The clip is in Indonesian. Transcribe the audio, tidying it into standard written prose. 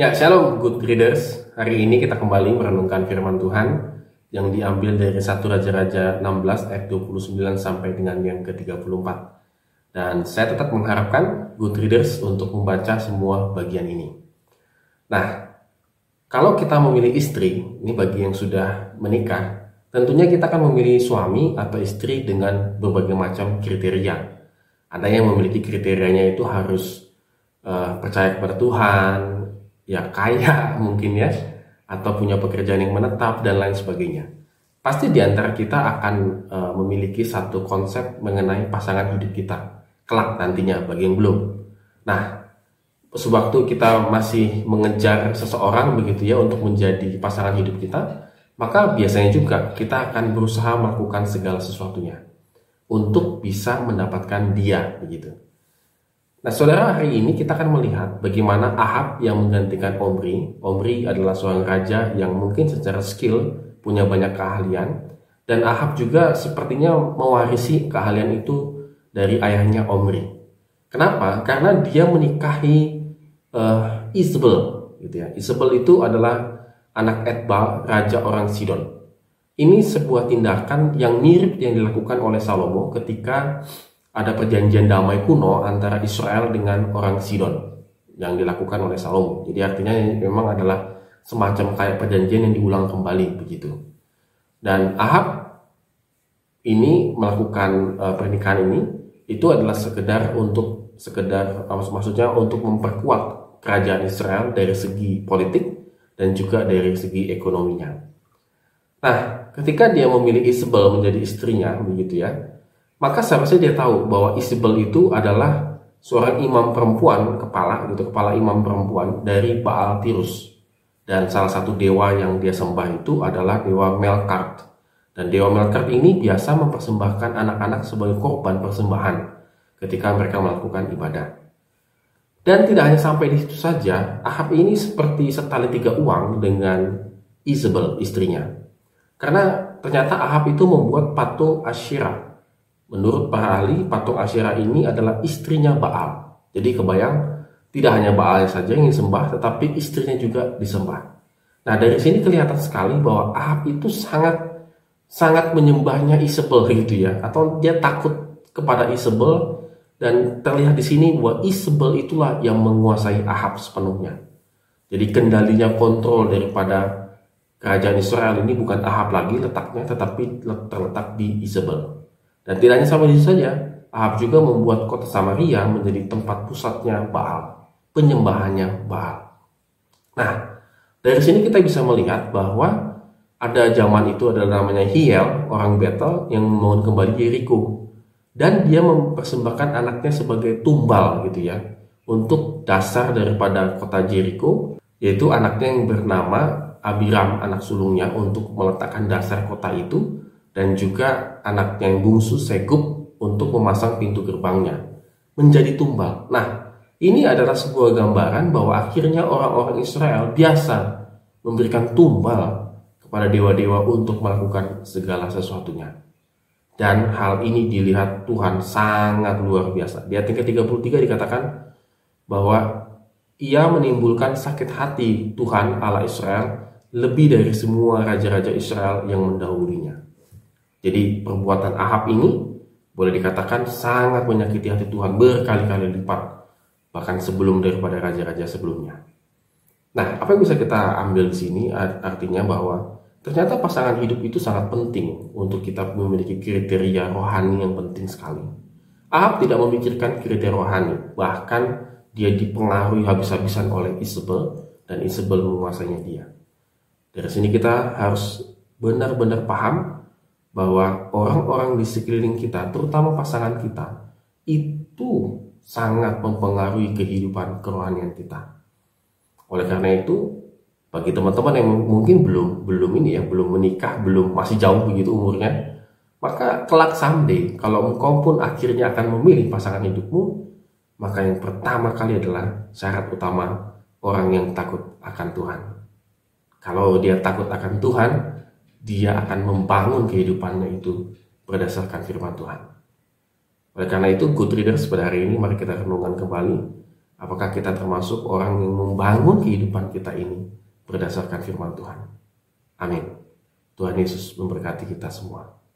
Ya, shalom good readers. Hari ini kita kembali merenungkan firman Tuhan yang diambil dari 1 Raja-Raja 16 ayat 29 sampai dengan yang ke-34. Dan saya tetap mengharapkan good readers untuk membaca semua bagian ini. Nah, kalau kita memilih istri, ini bagi yang sudah menikah, tentunya kita akan memilih suami atau istri dengan berbagai macam kriteria. Ada yang memiliki kriterianya itu harus percaya kepada Tuhan, ya kaya mungkin ya, atau punya pekerjaan yang menetap dan lain sebagainya. Pasti di antara kita akan memiliki satu konsep mengenai pasangan hidup kita kelak nantinya bagi yang belum. Nah, sewaktu kita masih mengejar seseorang begitu ya untuk menjadi pasangan hidup kita, maka biasanya juga kita akan berusaha melakukan segala sesuatunya untuk bisa mendapatkan dia begitu. Nah, saudara, hari ini kita akan melihat bagaimana Ahab yang menggantikan Omri. Omri adalah seorang raja yang mungkin secara skill punya banyak keahlian, dan Ahab juga sepertinya mewarisi keahlian itu dari ayahnya Omri. Kenapa? Karena dia menikahi Isabel, gitu ya. Isabel itu adalah anak Etbal, raja orang Sidon. Ini sebuah tindakan yang mirip yang dilakukan oleh Salomo ketika ada perjanjian damai kuno antara Israel dengan orang Sidon yang dilakukan oleh Salomo. Jadi artinya memang adalah semacam kayak perjanjian yang diulang kembali begitu. Dan Ahab ini melakukan pernikahan ini itu adalah maksudnya untuk memperkuat kerajaan Israel dari segi politik dan juga dari segi ekonominya. Nah, ketika dia memilih Isabel menjadi istrinya begitu ya, maka seharusnya dia tahu bahwa Isabel itu adalah seorang imam perempuan, kepala imam perempuan dari Baal Tirus. Dan salah satu dewa yang dia sembah itu adalah dewa Melkart. Dan dewa Melkart ini biasa mempersembahkan anak-anak sebagai korban persembahan ketika mereka melakukan ibadah. Dan tidak hanya sampai di situ saja, Ahab ini seperti setali tiga uang dengan Isabel, istrinya. Karena ternyata Ahab itu membuat patung Asyera. Menurut para ahli, patung Asyera ini adalah istrinya Baal. Jadi kebayang, tidak hanya Baal saja yang disembah, tetapi istrinya juga disembah. Nah, dari sini kelihatan sekali bahwa Ahab itu sangat menyembahnya Isabel gitu ya, atau dia takut kepada Isabel, dan terlihat di sini bahwa Isabel itulah yang menguasai Ahab sepenuhnya. Jadi kendalinya, kontrol daripada kerajaan Israel ini bukan Ahab lagi letaknya, tetapi terletak di Isabel. Dan tidak hanya sampai di situ saja, Ahab juga membuat kota Samaria menjadi tempat pusatnya Baal, penyembahannya Baal. Nah, dari sini kita bisa melihat bahwa ada zaman itu adalah namanya Hiel, orang Betel yang membangun kembali Yeriko. Dan dia mempersembahkan anaknya sebagai tumbal gitu ya, untuk dasar daripada kota Jericho, yaitu anaknya yang bernama Abiram, anak sulungnya, untuk meletakkan dasar kota itu, dan juga anaknya yang bungsu Segub untuk memasang pintu gerbangnya menjadi tumbal. Nah, ini adalah sebuah gambaran bahwa akhirnya orang-orang Israel biasa memberikan tumbal kepada dewa-dewa untuk melakukan segala sesuatunya. Dan hal ini dilihat Tuhan sangat luar biasa. Di ayat ke-33 dikatakan bahwa ia menimbulkan sakit hati Tuhan Allah Israel lebih dari semua raja-raja Israel yang mendahulunya. Jadi perbuatan Ahab ini boleh dikatakan sangat menyakiti hati Tuhan berkali-kali lipat, bahkan sebelum daripada raja-raja sebelumnya. Nah, apa yang bisa kita ambil di sini artinya bahwa ternyata pasangan hidup itu sangat penting untuk kita memiliki kriteria rohani yang penting sekali. Ahab tidak memikirkan kriteria rohani, bahkan dia dipengaruhi habis-habisan oleh Isabel, dan Isabel menguasainya dia. Dari sini kita harus benar-benar paham bahwa orang-orang di sekeliling kita, terutama pasangan kita, itu sangat mempengaruhi kehidupan kerohanian kita. Oleh karena itu, bagi teman-teman yang mungkin belum menikah, masih jauh begitu umurnya, maka kelak someday kalau engkau pun akhirnya akan memilih pasangan hidupmu, maka yang pertama kali adalah syarat utama orang yang takut akan Tuhan. Kalau dia takut akan Tuhan, dia akan membangun kehidupannya itu berdasarkan firman Tuhan. Oleh karena itu, good readers, pada hari ini mari kita renungkan kembali Apakah kita termasuk orang yang membangun kehidupan kita ini berdasarkan firman Tuhan? Amin. Tuhan Yesus memberkati kita semua.